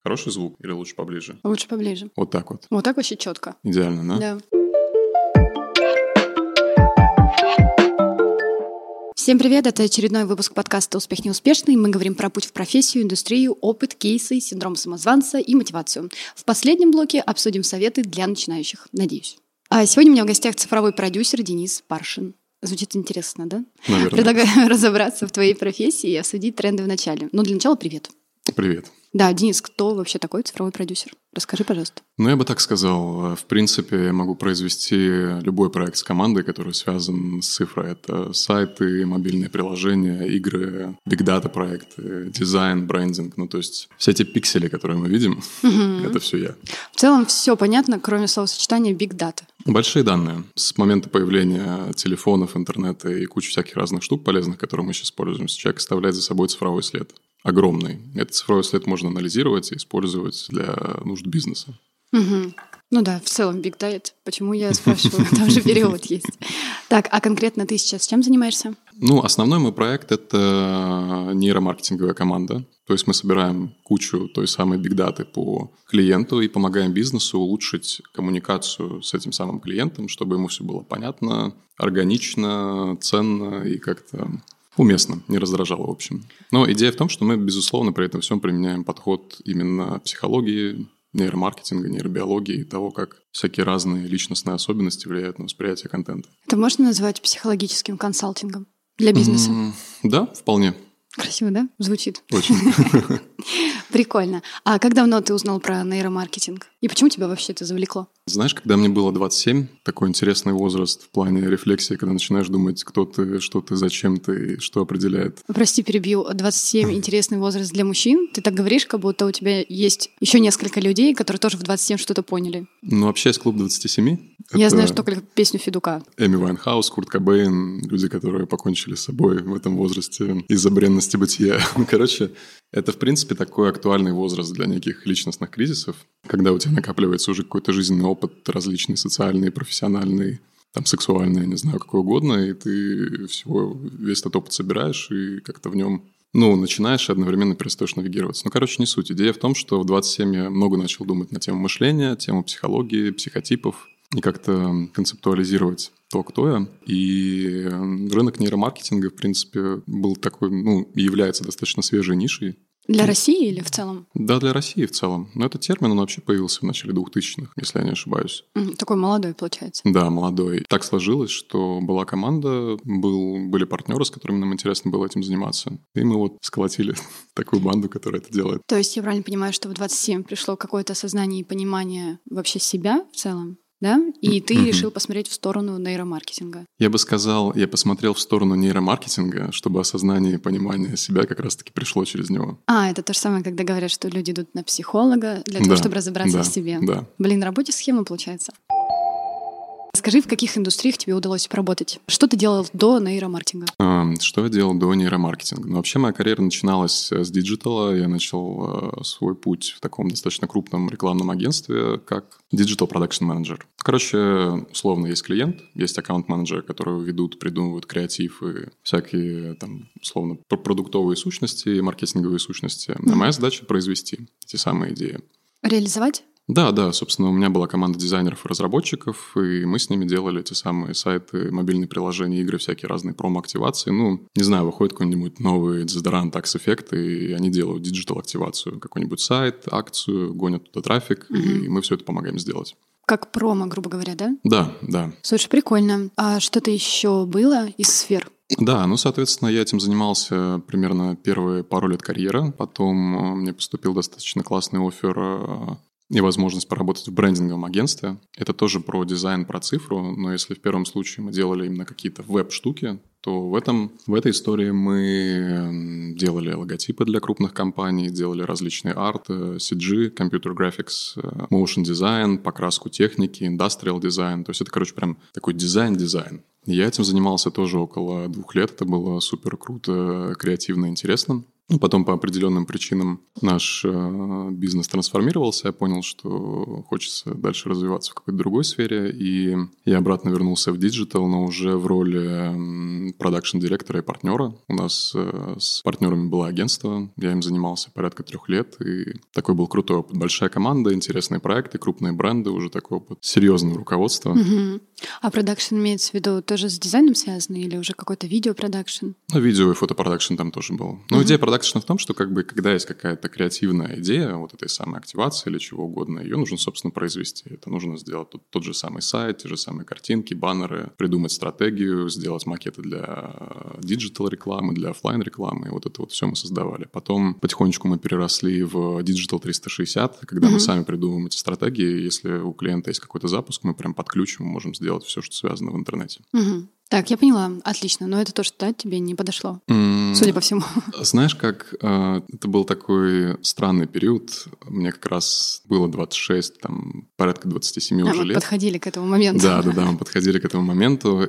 Хороший звук или лучше поближе? Лучше поближе. Вот так вот. Вот так вообще четко. Идеально, да? Да. Всем привет, это очередной выпуск подкаста «Успех неуспешный». Мы говорим про путь в профессию, индустрию, опыт, кейсы, синдром самозванца и мотивацию. В последнем блоке обсудим советы для начинающих, надеюсь. А сегодня у меня в гостях цифровой продюсер Денис Паршин. Звучит интересно, да? Наверное. Предлагаю разобраться в твоей профессии и обсудить тренды в начале. Но для начала привет. Привет. Да, Денис, кто вообще такой цифровой продюсер? Расскажи, пожалуйста. Я бы так сказал. В принципе, я могу произвести любой проект с командой, который связан с цифрой. Это сайты, мобильные приложения, игры, бигдата проекты, дизайн, брендинг. То есть все эти пиксели, которые мы видим, это все я. В целом все понятно, кроме словосочетания big data. Большие данные. С момента появления телефонов, интернета и кучи всяких разных штук полезных, которые мы сейчас используем, человек оставляет за собой цифровой след. Огромный. Этот цифровой след можно анализировать и использовать для нужд бизнеса. Угу. Ну да, в целом big data. Почему я спрашиваю? Там же перевод есть. Так, а конкретно ты сейчас чем занимаешься? Основной мой проект – это нейромаркетинговая команда. То есть мы собираем кучу той самой бигдаты по клиенту и помогаем бизнесу улучшить коммуникацию с этим самым клиентом, чтобы ему все было понятно, органично, ценно и как-то уместно, не раздражало, в общем. Но идея в том, что мы, безусловно, при этом всем применяем подход именно психологии, нейромаркетинга, нейробиологии и того, как всякие разные личностные особенности влияют на восприятие контента. Это можно назвать психологическим консалтингом для бизнеса? Да, вполне. Красиво, да? Звучит. Очень. Прикольно. А как давно ты узнал про нейромаркетинг? И почему тебя вообще это завлекло? Знаешь, когда мне было 27, такой интересный возраст в плане рефлексии, когда начинаешь думать, кто ты, что ты, зачем ты, и что определяет. Прости, перебью. 27 – интересный возраст для мужчин. Ты так говоришь, как будто у тебя есть еще несколько людей, которые тоже в 27 что-то поняли. Вообще есть клуб 27. Я знаю только песню Федука. Эми Вайнхаус, Курт Кобейн, люди, которые покончили с собой в этом возрасте из-за бренности бытия. Короче, это, в принципе, такой актуальный возраст для неких личностных кризисов, когда у тебя накапливается уже какой-то жизненный опыт различный, социальный, профессиональный, сексуальный, я не знаю, какой угодно, и ты весь этот опыт собираешь и как-то в нем начинаешь и одновременно перестаешь навигироваться. Не суть. Идея в том, что в 27 я много начал думать на тему мышления, тему психологии, психотипов и как-то концептуализировать то, кто я. И рынок нейромаркетинга, в принципе, был такой, является достаточно свежей нишей. Для России или в целом? Да, для России в целом. Но этот термин, он вообще появился в начале 2000-х, если я не ошибаюсь. Такой молодой, получается. Да, молодой. Так сложилось, что была команда, были партнеры, с которыми нам интересно было этим заниматься. И мы сколотили такую банду, которая это делает. То есть я правильно понимаю, что в 27 пришло какое-то осознание и понимание вообще себя в целом? Да? И ты решил посмотреть в сторону нейромаркетинга. Я бы сказал, я посмотрел в сторону нейромаркетинга, чтобы осознание и понимание себя как раз-таки пришло через него. Это то же самое, когда говорят, что люди идут на психолога для того, чтобы разобраться в себе. Да. Рабочая схема получается. Скажи, в каких индустриях тебе удалось поработать? Что ты делал до нейромаркетинга? Что я делал до нейромаркетинга? Вообще моя карьера начиналась с диджитала. Я начал свой путь в таком достаточно крупном рекламном агентстве, как Digital Production Manager. Условно, есть клиент, есть аккаунт-менеджеры, которые ведут, придумывают креатив и всякие, условно, продуктовые сущности, маркетинговые сущности. А моя задача — произвести эти самые идеи. Реализовать? Да, собственно, у меня была команда дизайнеров и разработчиков, и мы с ними делали эти самые сайты, мобильные приложения, игры, всякие разные промо-активации. Не знаю, выходит какой-нибудь новый дезодорант, Axe-эффект, и они делают диджитал-активацию, какой-нибудь сайт, акцию, гонят туда трафик, и мы все это помогаем сделать. Как промо, грубо говоря, да? Да. Слушай, прикольно. А что-то еще было из сфер? Да, соответственно, я этим занимался примерно первые пару лет карьеры. Потом мне поступил достаточно классный оффер и возможность поработать в брендинговом агентстве. Это тоже про дизайн, про цифру, но если в первом случае мы делали именно какие-то веб-штуки, то в этой истории мы делали логотипы для крупных компаний, делали различные арты, CG, Computer Graphics, Motion Design, покраску техники, Industrial Design. То есть это, прям такой дизайн-дизайн. Я этим занимался тоже около 2 лет. Это было супер круто, креативно, интересно. Ну, потом по определенным причинам наш бизнес трансформировался. Я понял, что хочется дальше развиваться в какой-то другой сфере. И я обратно вернулся в диджитал, но уже в роли продакшн-директора и партнера. У нас с партнерами было агентство. Я им занимался порядка 3 лет. И такой был крутой опыт. Большая команда, интересные проекты, крупные бренды, уже такой опыт серьезного руководства. Угу. А продакшн имеется в виду тоже с дизайном связано или уже какой-то видеопродакшн? Ну, видео и фотопродакшн там тоже был. Но идея продакшна в том, что как бы, когда есть какая-то креативная идея вот этой самой активации или чего угодно, ее нужно, собственно, произвести. Это нужно сделать тот же самый сайт, те же самые картинки, баннеры, придумать стратегию, сделать макеты для диджитал-рекламы, для офлайн-рекламы. И вот это вот все мы создавали. Потом потихонечку мы переросли в Digital 360, когда мы сами придумываем эти стратегии. Если у клиента есть какой-то запуск, мы прям под ключ можем сделать все, что связано в интернете. Так, я поняла. Отлично. Но это то, что тебе не подошло, судя по всему. Знаешь, как это был такой странный период. Мне как раз было 26, там, порядка 27 уже лет. Мы подходили к этому моменту. Да, мы подходили к этому моменту.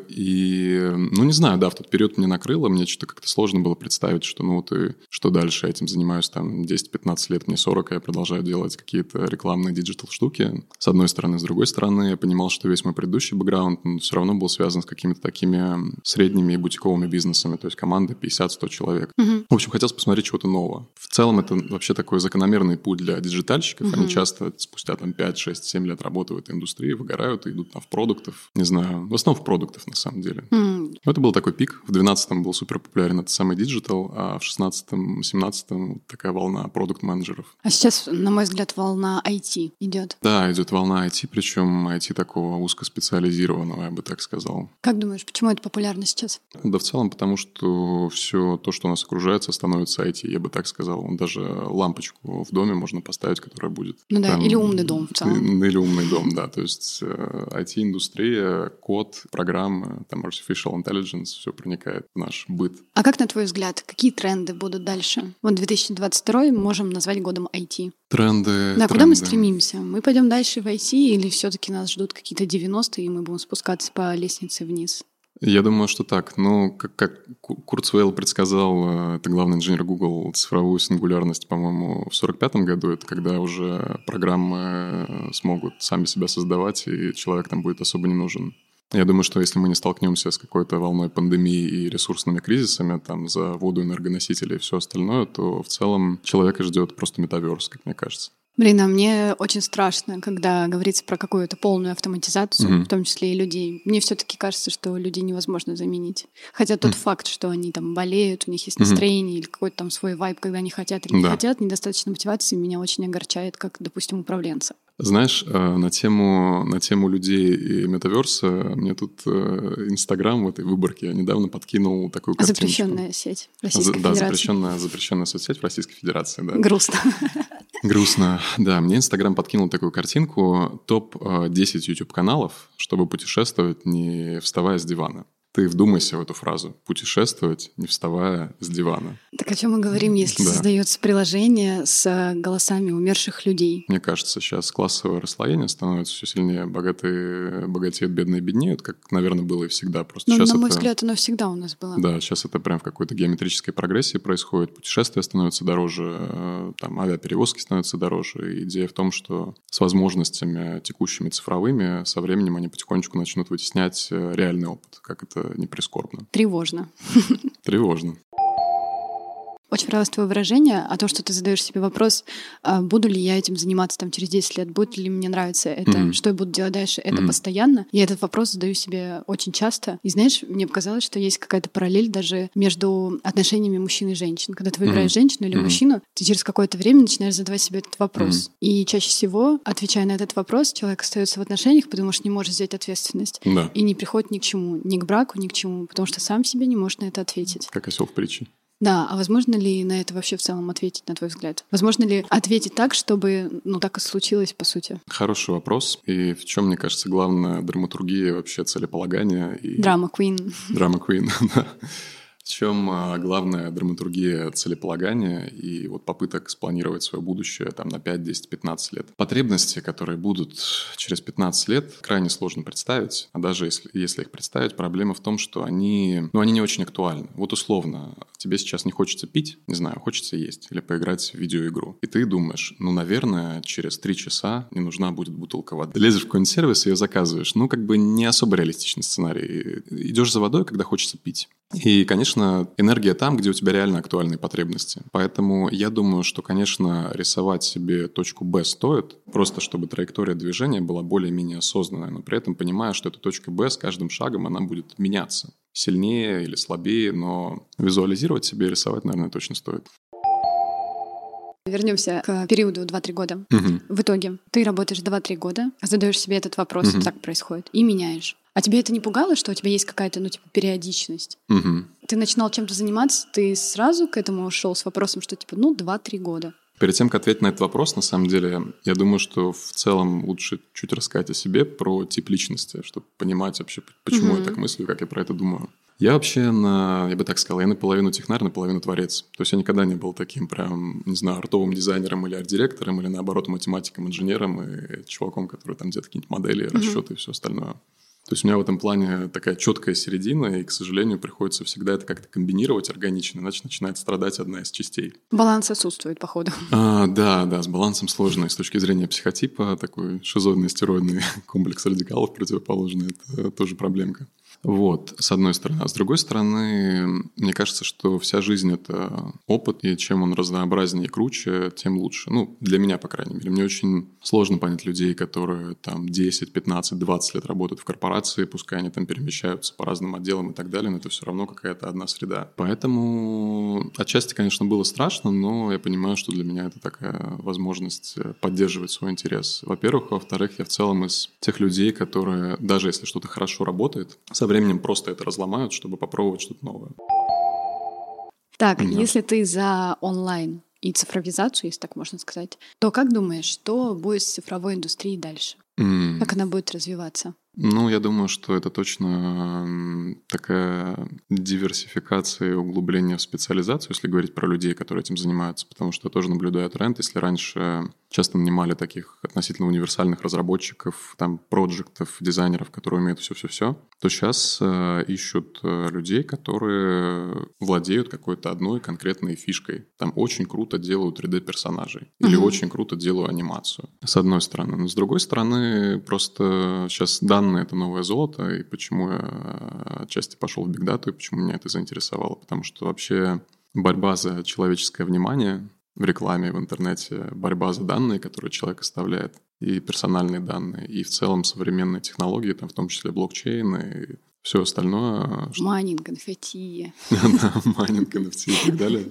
И, не знаю, в тот период мне накрыло. Мне что-то как-то сложно было представить, что, и что дальше? Я этим занимаюсь там 10-15 лет, мне 40, я продолжаю делать какие-то рекламные диджитал-штуки. С одной стороны. С другой стороны, я понимал, что весь мой предыдущий бэкграунд все равно был связан с какими-то такими средними и бутиковыми бизнесами, то есть команда 50-100 человек. В общем, хотелось посмотреть чего-то нового. В целом, это вообще такой закономерный путь для диджитальщиков. Они часто спустя 5, 6, 7 лет работы в этой индустрии выгорают и идут в продуктов. Не знаю, в основном в продуктов, на самом деле. Это был такой пик. В 2012-м был супер популярен этот самый диджитал, а в 2016-м, 2017-м такая волна продукт-менеджеров. А сейчас, на мой взгляд, волна IT идет. Да, идет волна IT, причем IT такого узкоспециализированного, я бы так сказал. Как думаешь, почему это популярно сейчас? Да в целом потому, что все то, что нас окружается, становится IT, я бы так сказал. Даже лампочку в доме можно поставить, которая будет... Ну да, или умный дом в целом. Или умный дом, да. То есть IT-индустрия, код, программы, там Artificial Intelligence, все проникает в наш быт. А как, на твой взгляд, какие тренды будут дальше? 2022 мы можем назвать годом IT. Тренды. Да, куда мы стремимся? Мы пойдем дальше в IT или все-таки нас ждут какие-то 90-е, и мы будем спускаться по лестнице вниз? Я думаю, что так. Но как Курцвейл предсказал, это главный инженер Google, цифровую сингулярность, по-моему, в 1945 году, это когда уже программы смогут сами себя создавать, и человек там будет особо не нужен. Я думаю, что если мы не столкнемся с какой-то волной пандемии и ресурсными кризисами, там, за воду, энергоносители и все остальное, то в целом человека ждет просто метаверс, как мне кажется. Блин, а мне очень страшно, когда говорится про какую-то полную автоматизацию, в том числе и людей. Мне все-таки кажется, что людей невозможно заменить. Хотя тот факт, что они там болеют, у них есть настроение или какой-то там свой вайб, когда они хотят или не хотят, недостаточно мотивации, меня очень огорчает, как, допустим, управленца. Знаешь, на тему людей и метаверса мне тут Инстаграм в этой выборке недавно подкинул такую картинку. Запрещенная сеть Российской Федерации. Да, запрещенная соцсеть в Российской Федерации. Да. Грустно. Грустно. Да, мне Инстаграм подкинул такую картинку. Топ-10 YouTube-каналов, чтобы путешествовать, не вставая с дивана. Ты вдумайся в эту фразу. Путешествовать, не вставая с дивана. Так о чем мы говорим, если создается приложение с голосами умерших людей? Мне кажется, сейчас классовое расслоение становится все сильнее. Богатые богатеют, бедные беднеют, как, наверное, было и всегда. Просто на мой взгляд, оно всегда у нас было. Да, сейчас это прям в какой-то геометрической прогрессии происходит. Путешествия становятся дороже, там, авиаперевозки становятся дороже. И идея в том, что с возможностями текущими цифровыми со временем они потихонечку начнут вытеснять реальный опыт, как это не прискорбно. Тревожно. Тревожно. Очень понравилось твое выражение о том, что ты задаешь себе вопрос, буду ли я этим заниматься там, через 10 лет, будет ли мне нравиться это, что я буду делать дальше, это постоянно. Я этот вопрос задаю себе очень часто. И знаешь, мне показалось, что есть какая-то параллель даже между отношениями мужчин и женщин. Когда ты выбираешь женщину или мужчину, ты через какое-то время начинаешь задавать себе этот вопрос. И чаще всего, отвечая на этот вопрос, человек остается в отношениях, потому что не может взять ответственность. Да. И не приходит ни к чему, ни к браку, ни к чему, потому что сам себе не может на это ответить. Как осел в притче. Да, а возможно ли на это вообще в целом ответить, на твой взгляд? Возможно ли ответить так, чтобы, так и случилось, по сути? Хороший вопрос. И в чем, мне кажется, главная драматургия, вообще целеполагание. Драма Queen. Драма Queen, да. В чем главная драматургия целеполагания и вот попыток спланировать свое будущее там, на 5, 10, 15 лет? Потребности, которые будут через 15 лет, крайне сложно представить. А даже если их представить, проблема в том, что они не очень актуальны. Вот условно, тебе сейчас не хочется пить, не знаю, хочется есть или поиграть в видеоигру. И ты думаешь, наверное, через 3 часа не нужна будет бутылка воды. Ты лезешь в какой-нибудь сервис и ее заказываешь. Не особо реалистичный сценарий. Идешь за водой, когда хочется пить. И, конечно, энергия там, где у тебя реально актуальные потребности. Поэтому я думаю, что, конечно, рисовать себе точку Б стоит, просто чтобы траектория движения была более-менее осознанная, но при этом понимая, что эта точка Б с каждым шагом она будет меняться. Сильнее или слабее, но визуализировать себе и рисовать, наверное, точно стоит. Вернемся к периоду 2-3 года. Угу. В итоге ты работаешь 2-3 года, задаешь себе этот вопрос, так происходит, и меняешь. А тебе это не пугало, что у тебя есть какая-то, периодичность? Угу. Ты начинал чем-то заниматься, ты сразу к этому шел с вопросом, что 2-3 года. Перед тем, как ответить на этот вопрос, на самом деле, я думаю, что в целом лучше чуть рассказать о себе, про тип личности, чтобы понимать вообще, почему я так мыслю, как я про это думаю. Я вообще я бы так сказал, я наполовину технарь, наполовину творец. То есть я никогда не был таким прям, не знаю, артовым дизайнером или арт-директором, или наоборот математиком, инженером и чуваком, который там делает какие-нибудь модели, расчеты и все остальное. То есть у меня в этом плане такая четкая середина, и, к сожалению, приходится всегда это как-то комбинировать органично, иначе начинает страдать одна из частей. Баланс отсутствует, походу. Да, с балансом сложно. И с точки зрения психотипа, такой шизоидный стероидный комплекс радикалов противоположный, это тоже проблемка. Вот, с одной стороны. А с другой стороны, мне кажется, что вся жизнь — это опыт, и чем он разнообразнее и круче, тем лучше. Для меня, по крайней мере. Мне очень сложно понять людей, которые там 10, 15, 20 лет работают в корпорации, пускай они там перемещаются по разным отделам и так далее, но это все равно какая-то одна среда. Поэтому отчасти, конечно, было страшно, но я понимаю, что для меня это такая возможность поддерживать свой интерес. Во-первых. Во-вторых, я в целом из тех людей, которые, даже если что-то хорошо работает, со временем просто это разломают, чтобы попробовать что-то новое. Так, если ты за онлайн и цифровизацию, если так можно сказать, то как думаешь, что будет с цифровой индустрией дальше? Как она будет развиваться? Я думаю, что это точно такая диверсификация и углубление в специализацию, если говорить про людей, которые этим занимаются, потому что я тоже наблюдаю тренд. Если раньше часто нанимали таких относительно универсальных разработчиков, там, проектов, дизайнеров, которые умеют все-все-все, то сейчас ищут людей, которые владеют какой-то одной конкретной фишкой. Там очень круто делают 3D-персонажей или очень круто делают анимацию, с одной стороны. Но с другой стороны, просто сейчас данные — это новое золото, и почему я отчасти пошел в бигдату, и почему меня это заинтересовало. Потому что вообще борьба за человеческое внимание в рекламе, в интернете, борьба за данные, которые человек оставляет, и персональные данные, и в целом современные технологии, там, в том числе блокчейн и все остальное. Майнинг, NFT. Майнинг, NFT и так далее.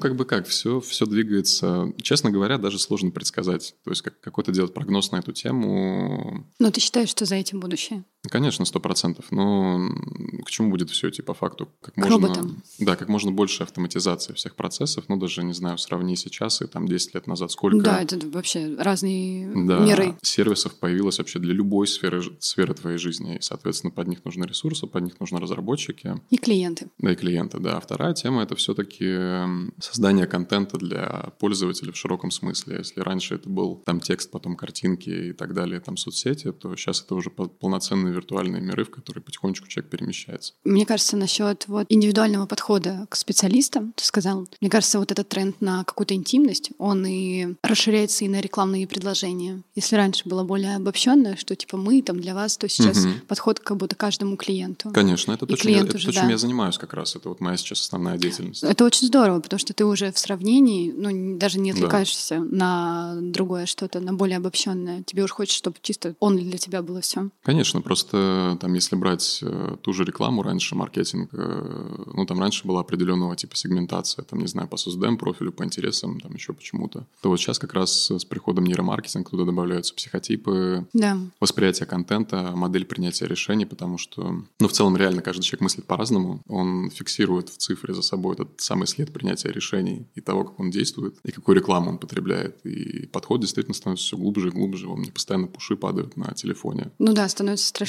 Все двигается. Честно говоря, даже сложно предсказать. То есть какой-то делать прогноз на эту тему. Но ты считаешь, что за этим будущее? Конечно, 100%. Но к чему будет все идти по факту? К роботам. Да, как можно больше автоматизации всех процессов. Даже, не знаю, сравни сейчас и там 10 лет назад сколько... Да, это вообще разные миры. Сервисов появилось вообще для любой сферы твоей жизни. И, соответственно, под них нужны ресурсы, под них нужны разработчики. И клиенты. Да, и клиенты, да. Вторая тема — это все-таки создание контента для пользователей в широком смысле. Если раньше это был там текст, потом картинки и так далее, там соцсети, то сейчас это уже полноценные виртуальные миры, в которые потихонечку человек перемещается. Мне кажется, насчет индивидуального подхода к специалистам, ты сказал, мне кажется, этот тренд на какую-то интимность, он и расширяется и на рекламные предложения. Если раньше было более обобщенное, что мы там для вас, то сейчас подход как будто каждому клиенту. Конечно, это то, чем я занимаюсь как раз. Это моя сейчас основная деятельность. Это очень здорово, потому что ты уже в сравнении, даже не отвлекаешься на другое что-то, на более обобщенное. Тебе уж хочется, чтобы чисто он для тебя было все. Конечно, просто там, если брать ту же рекламу раньше, маркетинг, там раньше была определенного типа сегментация, там, не знаю, по соцдем профилю, по интересам, там еще почему-то. То сейчас как раз с приходом нейромаркетинга туда добавляются психотипы, восприятие контента, модель принятия решений, потому что, в целом реально каждый человек мыслит по-разному. Он фиксирует в цифре за собой этот самый след принятия решений и того, как он действует, и какую рекламу он потребляет. И подход действительно становится все глубже и глубже. Он мне постоянно пуши падают на телефоне. Становится страшнее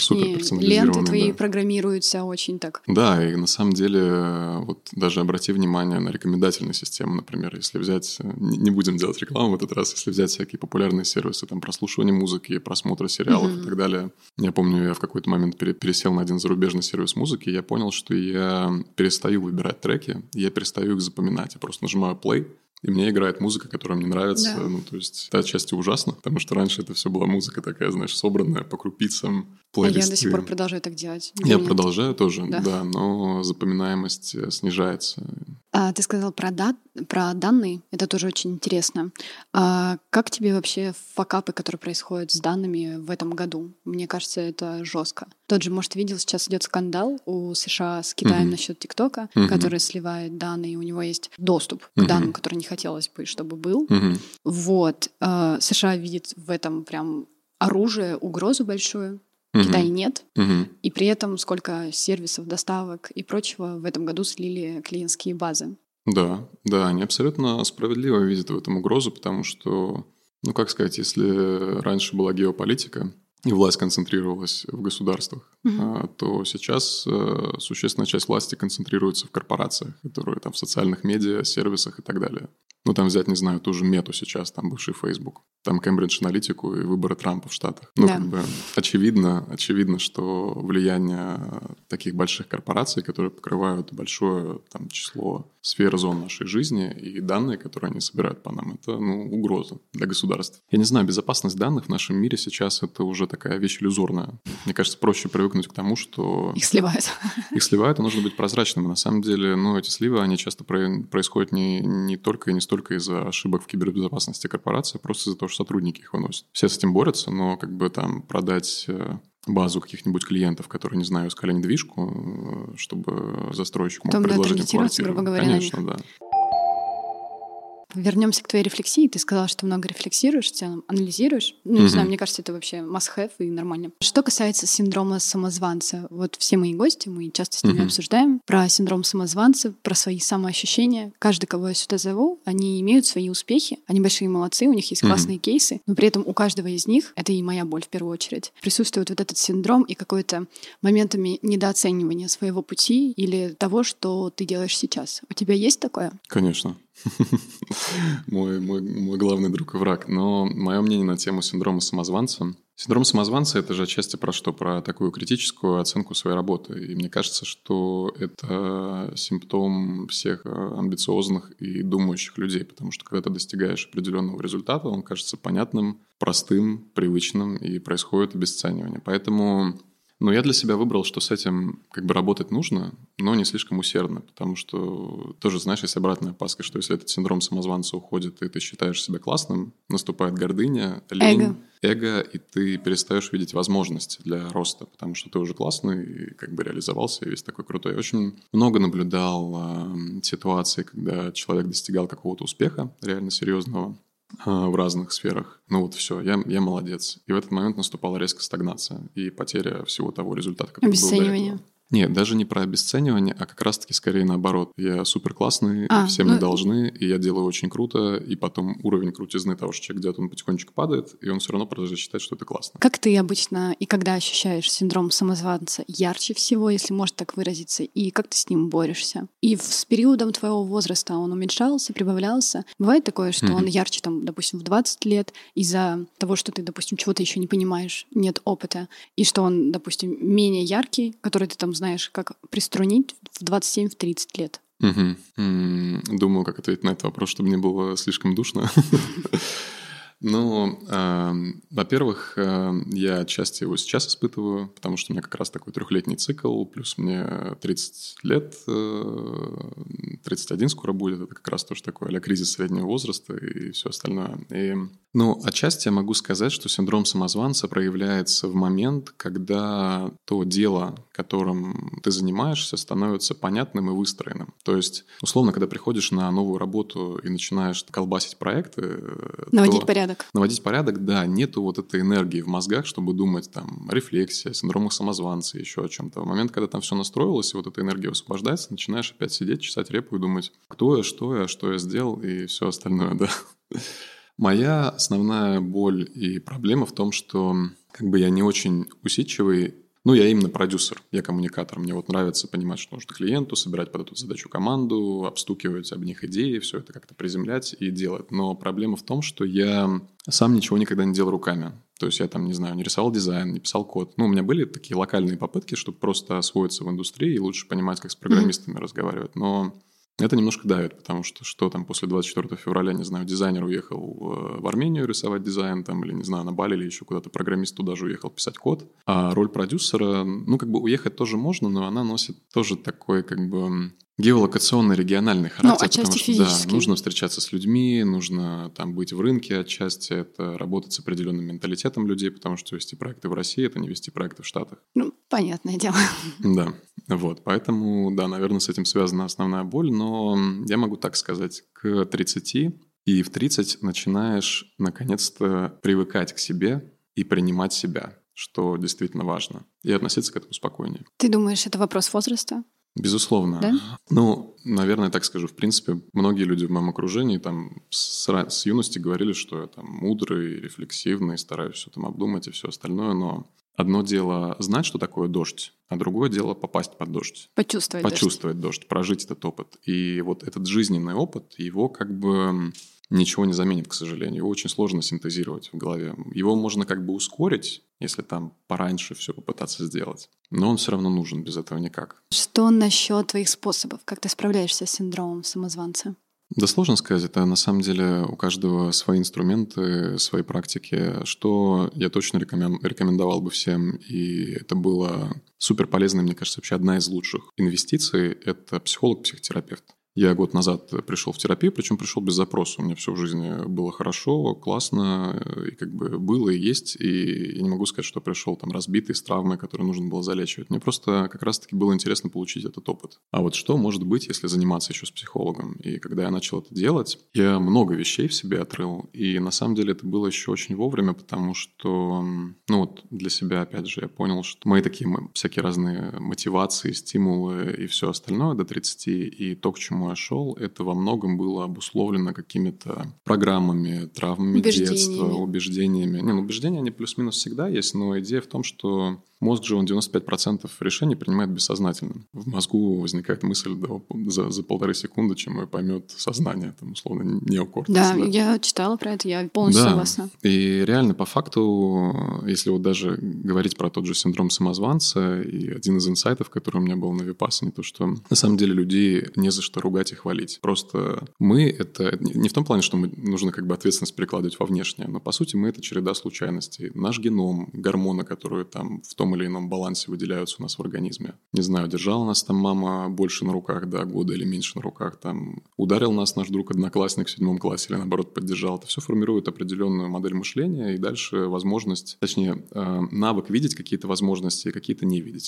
суперперсонализированный. Ленты твои программируются очень так. Да, и на самом деле, вот даже обрати внимание на рекомендательные системы, например, если взять, не будем делать рекламу в этот раз, если взять всякие популярные сервисы, там, прослушивание музыки, просмотра сериалов и так далее. Я помню, я в какой-то момент пересел на один зарубежный сервис музыки, и я понял, что я перестаю выбирать треки, я перестаю их запоминать. Я просто нажимаю play, и мне играет музыка, которая мне нравится. Да. Ну, то есть, это отчасти ужасно, потому что раньше это все была музыка такая, знаешь, собранная по крупицам, плейлисты. А я до сих пор продолжаю так делать. Я продолжаю тоже, да, но запоминаемость снижается. Ты сказал про данные, это тоже очень интересно. Как тебе вообще факапы, которые происходят с данными в этом году? Мне кажется, это жестко. Тот же, может, видел, сейчас идет скандал у США с Китаем насчет ТикТока, который сливает данные, и у него есть доступ к данным, который не хотелось бы, чтобы был. Вот. США видит в этом прям оружие, угрозу большую. Китая нет. И при этом сколько сервисов, доставок и прочего в этом году слили клиентские базы. Да, они абсолютно справедливо видят в этом угрозу, потому что, ну, как сказать, если раньше была геополитика, и власть концентрировалась в государствах, то сейчас существенная часть власти концентрируется в корпорациях, которые там в социальных медиа, сервисах и так далее. Ну, там взять, не знаю, ту же Мету сейчас, там бывший Facebook, там Cambridge Analytica и выборы Трампа в Штатах. Ну, как бы очевидно, что влияние таких больших корпораций, которые покрывают большое там число сфер зон нашей жизни, и данные, которые они собирают по нам, это, ну, угроза для государств. Я не знаю, безопасность данных в нашем мире сейчас это уже такая вещь иллюзорная. Мне кажется, проще привыкнуть к тому, что... Их сливают. Их сливают, и нужно быть прозрачным. И на самом деле, ну, эти сливы, они часто происходят не только и не столько из-за ошибок в кибербезопасности корпорации, а просто из-за того, что сотрудники их выносят. Все с этим борются, но как бы там продать базу каких-нибудь клиентов, которые, не знаю, искали недвижку, чтобы застройщик мог предложить им квартиру. Грубо говоря, Конечно, да. Вернемся к твоей рефлексии. Ты сказала, что много рефлексируешь, в целом анализируешь. Ну, не знаю, мне кажется, это вообще must-have и нормально. Что касается синдрома самозванца, вот все мои гости, мы часто с ними обсуждаем про синдром самозванца, про свои самоощущения. Каждый, кого я сюда зову, они имеют свои успехи, они большие молодцы, у них есть классные кейсы, но при этом у каждого из них, это и моя боль в первую очередь, присутствует вот этот синдром и какой-то моментами недооценивания своего пути или того, что ты делаешь сейчас. У тебя есть такое? Конечно. Мой главный друг и враг. Но мое мнение на тему синдрома самозванца. Синдром самозванца – это же отчасти про что? Про такую критическую оценку своей работы. И мне кажется, что это симптом всех амбициозных и думающих людей. Потому что когда ты достигаешь определенного результата, он кажется понятным, простым, привычным, и происходит обесценивание. Поэтому... Но я для себя выбрал, что с этим как бы работать нужно, но не слишком усердно, потому что тоже, знаешь, есть обратная опаска, что если этот синдром самозванца уходит, и ты считаешь себя классным, наступает гордыня, лень, эго, и ты перестаешь видеть возможности для роста, потому что ты уже классный и как бы реализовался, и весь такой крутой. Я очень много наблюдал ситуаций, когда человек достигал какого-то успеха реально серьезного, в разных сферах. Ну вот все, я молодец. И в этот момент наступала резкая стагнация и потеря всего того результата, который был до этого. Нет, даже не про обесценивание, а как раз-таки скорее наоборот. Я супер классный, все мне должны, и я делаю очень круто, и потом уровень крутизны того, что человек делает, он потихонечку падает, и он все равно продолжает считать, что это классно. Как ты обычно и когда ощущаешь синдром самозванца ярче всего, если можно так выразиться, и как ты с ним борешься? И с периодом твоего возраста он уменьшался, прибавлялся? Бывает такое, что он ярче, там, допустим, в 20 лет из-за того, что ты, допустим, чего-то еще не понимаешь, нет опыта, и что он, допустим, менее яркий, который ты там знаешь, как приструнить в 27-30 лет? Думаю, как ответить на этот вопрос, чтобы не было слишком душно. Ну, во-первых, я отчасти его сейчас испытываю, потому что у меня как раз такой 3-летний цикл, плюс мне 30 лет, 31 скоро будет, это как раз тоже такой а-ля кризис среднего возраста и все остальное. И, ну, отчасти я могу сказать, что синдром самозванца проявляется в момент, когда то дело, которым ты занимаешься, становится понятным и выстроенным. То есть, условно, когда приходишь на новую работу и начинаешь колбасить проекты... Наводить порядок, да, нету вот этой энергии в мозгах, чтобы думать там о рефлексии, о синдромах самозванца, еще о чем-то. В момент, когда там все настроилось, и вот эта энергия высвобождается, начинаешь опять сидеть, чесать репу и думать, кто я, что я сделал и все остальное, да. Моя основная боль и проблема в том, что как бы я не очень усидчивый Ну, я именно продюсер, я коммуникатор. Мне вот нравится понимать, что нужно клиенту, собирать под эту задачу команду, обстукивать об них идеи, все это как-то приземлять и делать. Но проблема в том, что я сам ничего никогда не делал руками. То есть я там, не знаю, не рисовал дизайн, не писал код. Ну, у меня были такие локальные попытки, чтобы просто освоиться в индустрии и лучше понимать, как с программистами разговаривать. Но это немножко давит, потому что там после 24 февраля, не знаю, дизайнер уехал в Армению рисовать дизайн, там, или, не знаю, на Бали, или еще куда-то программист туда же уехал писать код. А роль продюсера, ну, как бы уехать тоже можно, но она носит тоже такой, как бы, геолокационный, региональный характер, потому что, да, нужно встречаться с людьми, нужно там быть в рынке отчасти, это работать с определенным менталитетом людей, потому что вести проекты в России – это не вести проекты в Штатах. Ну, понятное дело. Да, вот, поэтому, да, наверное, с этим связана основная боль, но я могу так сказать, к 30, и в 30 начинаешь наконец-то привыкать к себе и принимать себя, что действительно важно, и относиться к этому спокойнее. Ты думаешь, это вопрос возраста? Безусловно. Да? Ну, наверное, так скажу. В принципе, многие люди в моем окружении там с юности говорили, что я там мудрый, рефлексивный, стараюсь все там обдумать и все остальное, но одно дело знать, что такое дождь, а другое дело попасть под дождь. Почувствовать дождь, прожить этот опыт. И вот этот жизненный опыт, его как бы ничего не заменит, к сожалению. Его очень сложно синтезировать в голове. Его можно как бы ускорить, если там пораньше все попытаться сделать. Но он все равно нужен, без этого никак. Что насчет твоих способов? Как ты справляешься с синдромом самозванца? Да сложно сказать. Это на самом деле у каждого свои инструменты, свои практики. Что я точно рекомендовал бы всем, и это было супер полезно, мне кажется, вообще одна из лучших инвестиций – это психолог-психотерапевт. Я год назад пришел в терапию, причем пришел без запроса. У меня все в жизни было хорошо, классно, и как бы было и есть. И я не могу сказать, что пришел там разбитый, с травмой, которую нужно было залечивать. Мне просто как раз-таки было интересно получить этот опыт. А вот что может быть, если заниматься еще с психологом? И когда я начал это делать, я много вещей в себе отрыл. И на самом деле это было еще очень вовремя, потому что, ну вот для себя, опять же, я понял, что мои такие всякие разные мотивации, стимулы и все остальное до 30, и то, к чему я шел, это во многом было обусловлено какими-то программами, травмами детства, убеждениями. Убеждения, они плюс-минус всегда есть, но идея в том, что мозг же, он 95% решений принимает бессознательно. В мозгу возникает мысль за 1,5 секунды, чем ее поймет сознание, там, условно, неокортекс. Да, я читала про это, я полностью согласна. И реально, по факту, если вот даже говорить про тот же синдром самозванца, и один из инсайтов, который у меня был на Випассане, то, что на самом деле людей не за что ругать и хвалить. Просто мы — это не в том плане, что нужно как бы ответственность перекладывать во внешнее, но, по сути, мы — это череда случайностей. Наш геном, гормоны, которые там в том или ином балансе выделяются у нас в организме. Не знаю, держала нас там мама больше на руках, да, года или меньше на руках, там, ударил нас наш друг-одноклассник в 7 классе или, наоборот, поддержал. Это все формирует определенную модель мышления и дальше возможность, точнее, навык видеть какие-то возможности и какие-то не видеть.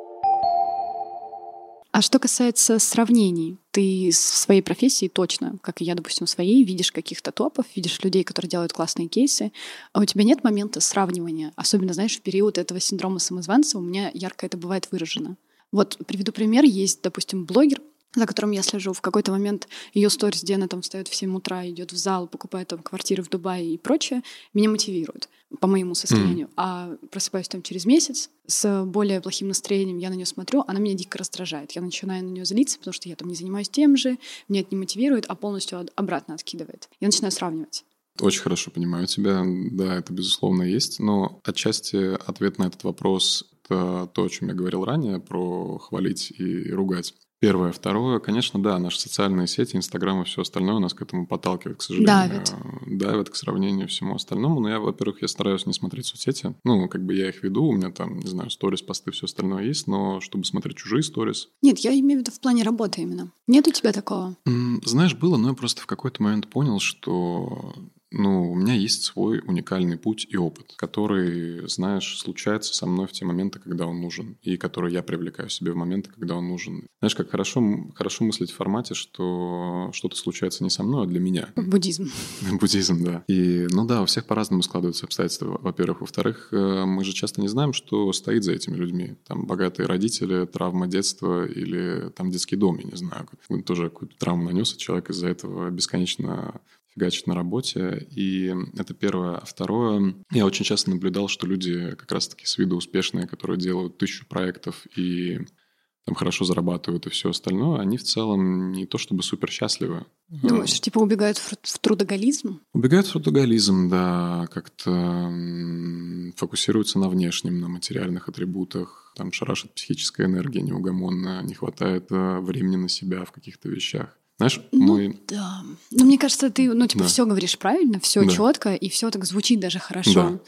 А что касается сравнений, ты в своей профессии точно, как и я, допустим, в своей, видишь каких-то топов, видишь людей, которые делают классные кейсы, а у тебя нет момента сравнивания? Особенно, знаешь, в период этого синдрома самозванца у меня ярко это бывает выражено. Вот приведу пример. Есть, допустим, блогер, за которым я слежу. В какой-то момент ее сторис, где она там встает в 7 утра, идет в зал, покупает там квартиры в Дубае и прочее, меня мотивирует по моему состоянию. А просыпаюсь там через месяц с более плохим настроением, я на нее смотрю, она меня дико раздражает. Я начинаю на нее злиться, потому что я там не занимаюсь тем же, меня это не мотивирует, а полностью обратно откидывает. Я начинаю сравнивать. Очень хорошо понимаю тебя. Да, это безусловно есть. Но отчасти ответ на этот вопрос — это то, о чем я говорил ранее, про хвалить и ругать. Первое. Второе, конечно, да, наши социальные сети, Инстаграм и все остальное нас к этому подталкивает, к сожалению. Давит к сравнению всему остальному. Но я, во-первых, я стараюсь не смотреть соцсети. Как бы я их веду, у меня там, не знаю, сторис, посты, все остальное есть, но чтобы смотреть чужие сторис... Нет, я имею в виду в плане работы именно. Нет у тебя такого? Знаешь, было, но я просто в какой-то момент понял, что... у меня есть свой уникальный путь и опыт, который, знаешь, случается со мной в те моменты, когда он нужен, и который я привлекаю себе в моменты, когда он нужен. Знаешь, как хорошо мыслить в формате, что что-то случается не со мной, а для меня. Буддизм. Буддизм, да. И, да, у всех по-разному складываются обстоятельства, во-первых. Во-вторых, мы же часто не знаем, что стоит за этими людьми. Там богатые родители, травма детства или там детский дом, я не знаю. Тоже какую-то травму нанес, и человек из-за этого бесконечно фигачить на работе. И это первое. А второе, я очень часто наблюдал, что люди как раз-таки с виду успешные, которые делают 1000 проектов и там хорошо зарабатывают и все остальное, они в целом не то чтобы супер счастливы. Думаешь, типа убегают в трудоголизм? Убегают в трудоголизм, да, как-то фокусируются на внешнем, на материальных атрибутах, там шарашит психическая энергия неугомонная, не хватает времени на себя в каких-то вещах. Знаешь, Да. Но мне кажется, ты, Да. все говоришь правильно, все Да. четко, и все так звучит даже хорошо. Да.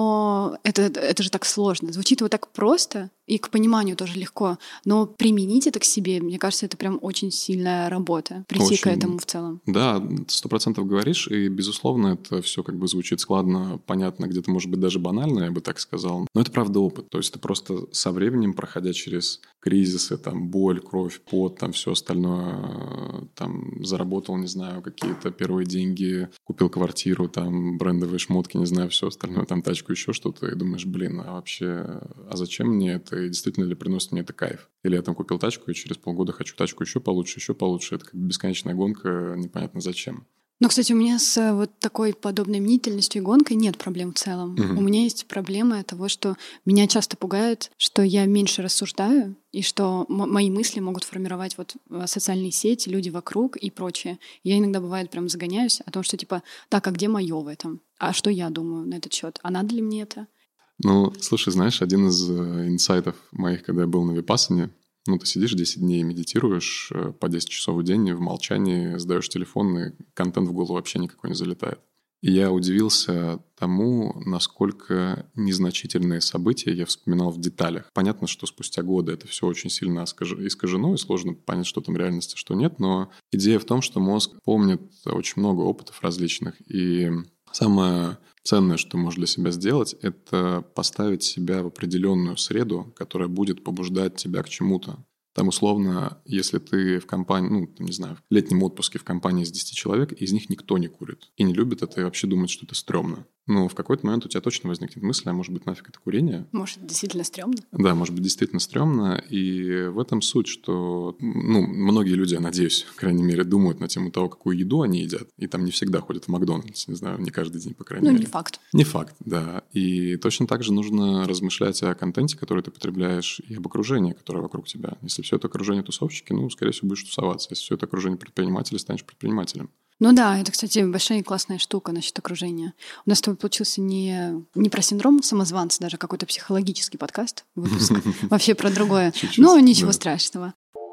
Но это же так сложно. Звучит вот так просто, и к пониманию тоже легко. Но применить это к себе, мне кажется, это прям очень сильная работа. Прийти к этому в целом. Да, 100% говоришь, и, безусловно, это все как бы звучит складно, понятно, где-то, может быть, даже банально, я бы так сказал. Но это, правда, опыт. То есть ты просто со временем, проходя через кризисы, там, боль, кровь, пот, там, все остальное, там, заработал, не знаю, какие-то первые деньги, купил квартиру, там, брендовые шмотки, не знаю, все остальное, там, тачку, еще что-то, и думаешь, блин, а вообще, а зачем мне это, и действительно ли приносит мне это кайф? Или я там купил тачку, и через полгода хочу тачку еще получше. Это как бы бесконечная гонка, непонятно зачем. Но, кстати, у меня с вот такой подобной мнительностью и гонкой нет проблем в целом. У меня есть проблема того, что меня часто пугает, что я меньше рассуждаю, и что мои мысли могут формировать вот социальные сети, люди вокруг и прочее. Я иногда, бывает, прям загоняюсь о том, что типа, так, а где мое в этом? А что я думаю на этот счет? А надо ли мне это? Ну, слушай, знаешь, один из инсайтов моих, когда я был на Випассане, ты сидишь 10 дней, медитируешь по 10 часов в день, в молчании сдаешь телефон, и контент в голову вообще никакой не залетает. И я удивился тому, насколько незначительные события я вспоминал в деталях. Понятно, что спустя годы это все очень сильно искажено, и сложно понять, что там реальности, что нет, но идея в том, что мозг помнит очень много опытов различных, и самое ценное, что ты можешь для себя сделать, это поставить себя в определенную среду, которая будет побуждать тебя к чему-то. Там, условно, если ты в компании, не знаю, в летнем отпуске в компании из 10 человек, из них никто не курит и не любит это, и вообще думает, что это стрёмно. В какой-то момент у тебя точно возникнет мысль, а может быть, нафиг это курение? Может, действительно стрёмно? Да, может быть, действительно стрёмно. И в этом суть, что, многие люди, я надеюсь, по крайней мере, думают на тему того, какую еду они едят. И там не всегда ходят в Макдональдс, не знаю, не каждый день, по крайней мере. Не факт. Не факт, да. И точно так же нужно размышлять о контенте, который ты потребляешь, и об окружении, которое вокруг тебя. Если все это окружение тусовщики, скорее всего, будешь тусоваться. Если все это окружение предпринимателей, станешь предпринимателем. Ну да, это, кстати, большая и классная штука насчет окружения. У нас с тобой получился не про синдром самозванца, даже какой-то психологический подкаст, выпуск. Вообще про другое. Но ничего страшного.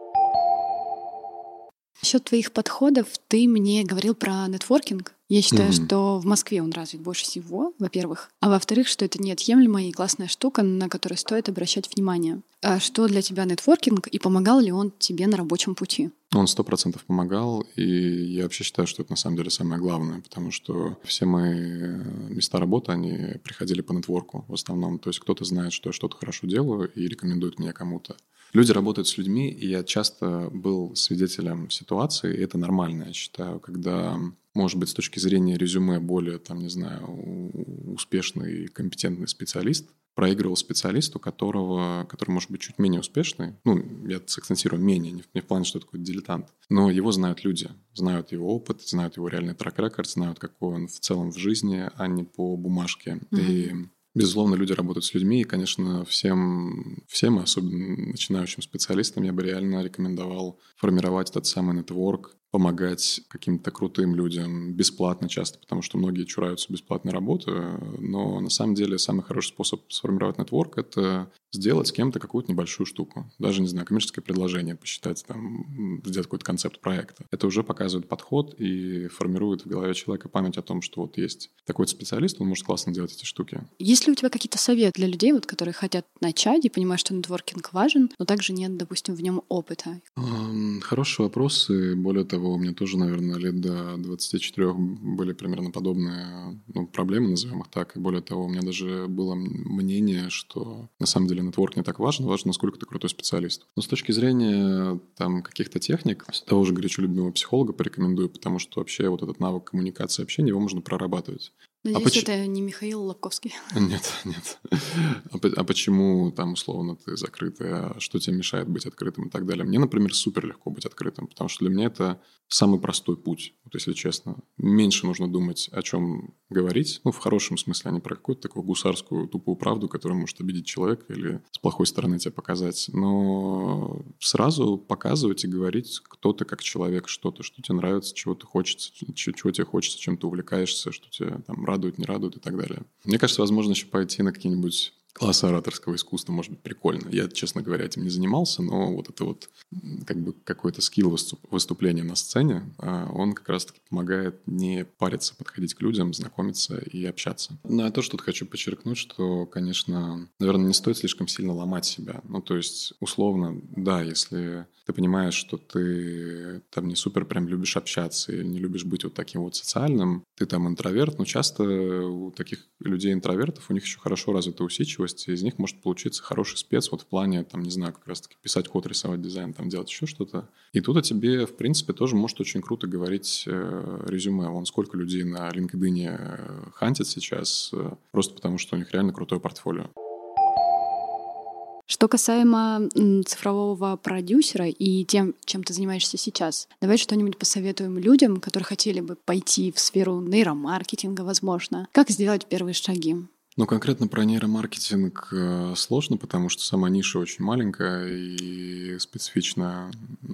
Насчет твоих подходов ты мне говорил про нетворкинг. Я считаю, что в Москве он развит больше всего, во-первых. А во-вторых, что это неотъемлемая и классная штука, на которую стоит обращать внимание. А что для тебя нетворкинг и помогал ли он тебе на рабочем пути? Он 100% помогал, и я вообще считаю, что это на самом деле самое главное, потому что все мои места работы, они приходили по нетворку в основном. То есть кто-то знает, что я что-то хорошо делаю и рекомендует меня кому-то. Люди работают с людьми, и я часто был свидетелем ситуации, и это нормально, я считаю, когда, может быть, с точки зрения резюме более, успешный и компетентный специалист проигрывал специалисту, который может быть чуть менее успешный. Я сакцентирую менее, не в плане, что такое дилетант. Но его знают люди, знают его опыт, знают его реальный трек-рекорд, знают, какой он в целом в жизни, а не по бумажке. И безусловно, люди работают с людьми, и, конечно, всем, особенно начинающим специалистам, я бы реально рекомендовал формировать этот самый нетворк, помогать каким-то крутым людям бесплатно часто, потому что многие чураются бесплатной работы, но на самом деле самый хороший способ сформировать нетворк – это сделать с кем-то какую-то небольшую штуку. Даже, не знаю, коммерческое предложение посчитать, сделать какой-то концепт проекта. Это уже показывает подход и формирует в голове человека память о том, что вот есть такой специалист, он может классно делать эти штуки. Есть ли у тебя какие-то советы для людей, которые хотят начать и понимают, что нетворкинг важен, но также нет, допустим, в нем опыта? Хороший вопрос, и более того, у меня тоже, наверное, лет до 24 были примерно подобные проблемы, назовем их так. И более того, у меня даже было мнение, что на самом деле нетворк не так важен, важно, насколько ты крутой специалист. Но с точки зрения каких-то техник, того же горячо любимого психолога порекомендую, потому что вообще вот этот навык коммуникации, общения, его можно прорабатывать. Надеюсь, это не Михаил Лобковский. Нет. А почему там условно ты закрытый, а что тебе мешает быть открытым и так далее? Мне, например, супер легко быть открытым, потому что для меня это самый простой путь, вот если честно. Меньше нужно думать, о чем говорить, в хорошем смысле, а не про какую-то такую гусарскую тупую правду, которая может обидеть человека или с плохой стороны тебя показать. Но сразу показывать и говорить, кто ты как человек, что тебе нравится, чего ты хочется, чего тебе хочется, чем ты увлекаешься, что тебе там радует, не радует и так далее. Мне кажется, возможно, еще пойти на какие-нибудь классы ораторского искусства, может быть, прикольно. Я, честно говоря, этим не занимался, но вот это вот как бы какой-то скилл выступления на сцене, он как раз-таки помогает не париться, подходить к людям, знакомиться и общаться. Ну, а то, что хочу подчеркнуть, что, конечно, наверное, не стоит слишком сильно ломать себя. То есть, условно, да, если ты понимаешь, что ты там не супер прям любишь общаться или не любишь быть вот таким вот социальным, ты там интроверт, но часто у таких людей-интровертов, у них еще хорошо развита усидчивость, и из них может получиться хороший спец вот в плане, там, не знаю, как раз-таки писать код, рисовать дизайн, там, делать еще что-то. И тут о тебе, в принципе, тоже может очень круто говорить резюме. Вон сколько людей на LinkedIn хантят сейчас, просто потому что у них реально крутое портфолио. Что касаемо цифрового продюсера и тем, чем ты занимаешься сейчас, давай что-нибудь посоветуем людям, которые хотели бы пойти в сферу нейромаркетинга, возможно. Как сделать первые шаги? Конкретно про нейромаркетинг сложно, потому что сама ниша очень маленькая и специфичная.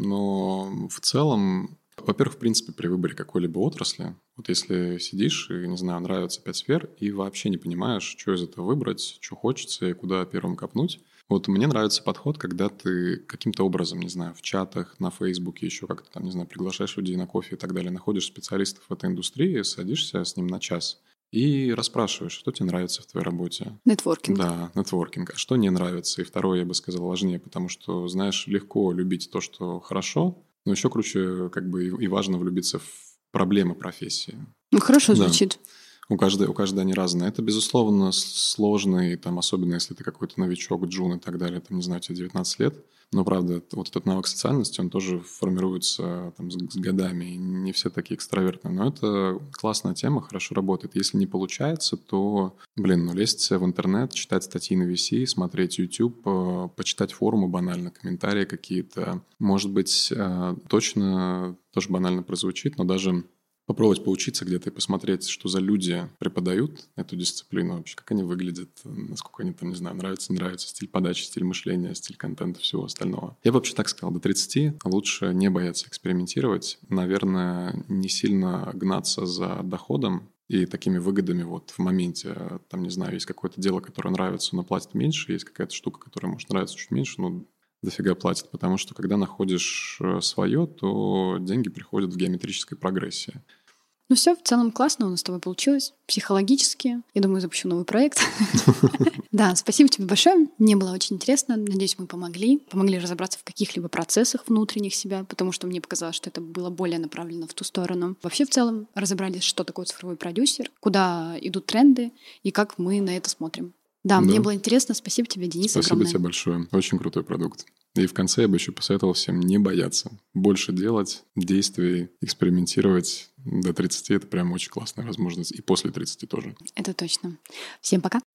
Но в целом, во-первых, в принципе, при выборе какой-либо отрасли, вот если сидишь и, не знаю, нравится 5 сфер, и вообще не понимаешь, что из этого выбрать, что хочется и куда первым копнуть. Вот мне нравится подход, когда ты каким-то образом, не знаю, в чатах, на Фейсбуке, еще как-то там, не знаю, приглашаешь людей на кофе и так далее, находишь специалистов в этой индустрии, садишься с ним на час и расспрашиваешь, что тебе нравится в твоей работе. Нетворкинг. Да, нетворкинг. А что не нравится? И второе, я бы сказал, важнее, потому что, знаешь, легко любить то, что хорошо, но еще круче как бы и важно влюбиться в проблемы профессии. Хорошо звучит. У каждой они разные. Это, безусловно, сложно, и там, особенно если ты какой-то новичок, джун и так далее, там, не знаю, тебе 19 лет. Но, правда, вот этот навык социальности, он тоже формируется там, с годами. И не все такие экстравертные. Но это классная тема, хорошо работает. Если не получается, то, лезть в интернет, читать статьи на VC, смотреть YouTube, почитать форумы банально, комментарии какие-то. Может быть, точно тоже банально прозвучит, но даже попробовать поучиться где-то и посмотреть, что за люди преподают эту дисциплину вообще, как они выглядят, насколько они там, не знаю, нравится, не нравится, стиль подачи, стиль мышления, стиль контента, всего остального. Я бы вообще так сказал, до 30 лучше не бояться экспериментировать, наверное, не сильно гнаться за доходом и такими выгодами вот в моменте. Там, не знаю, есть какое-то дело, которое нравится, но платит меньше, есть какая-то штука, которая может нравиться чуть меньше, но дофига платит, потому что когда находишь свое, то деньги приходят в геометрической прогрессии. Все, в целом классно у нас с тобой получилось. Психологически. Я думаю, запущу новый проект. Да, спасибо тебе большое. Мне было очень интересно. Надеюсь, мы помогли. Помогли разобраться в каких-либо процессах внутренних себя, потому что мне показалось, что это было более направлено в ту сторону. Вообще, в целом, разобрались, что такое цифровой продюсер, куда идут тренды и как мы на это смотрим. Да, мне было интересно. Спасибо тебе, Денис, огромное. Спасибо тебе большое. Очень крутой продукт. И в конце я бы еще посоветовал всем не бояться. Больше делать, действий, экспериментировать. До 30 это прям очень классная возможность. И после 30 тоже. Это точно. Всем пока.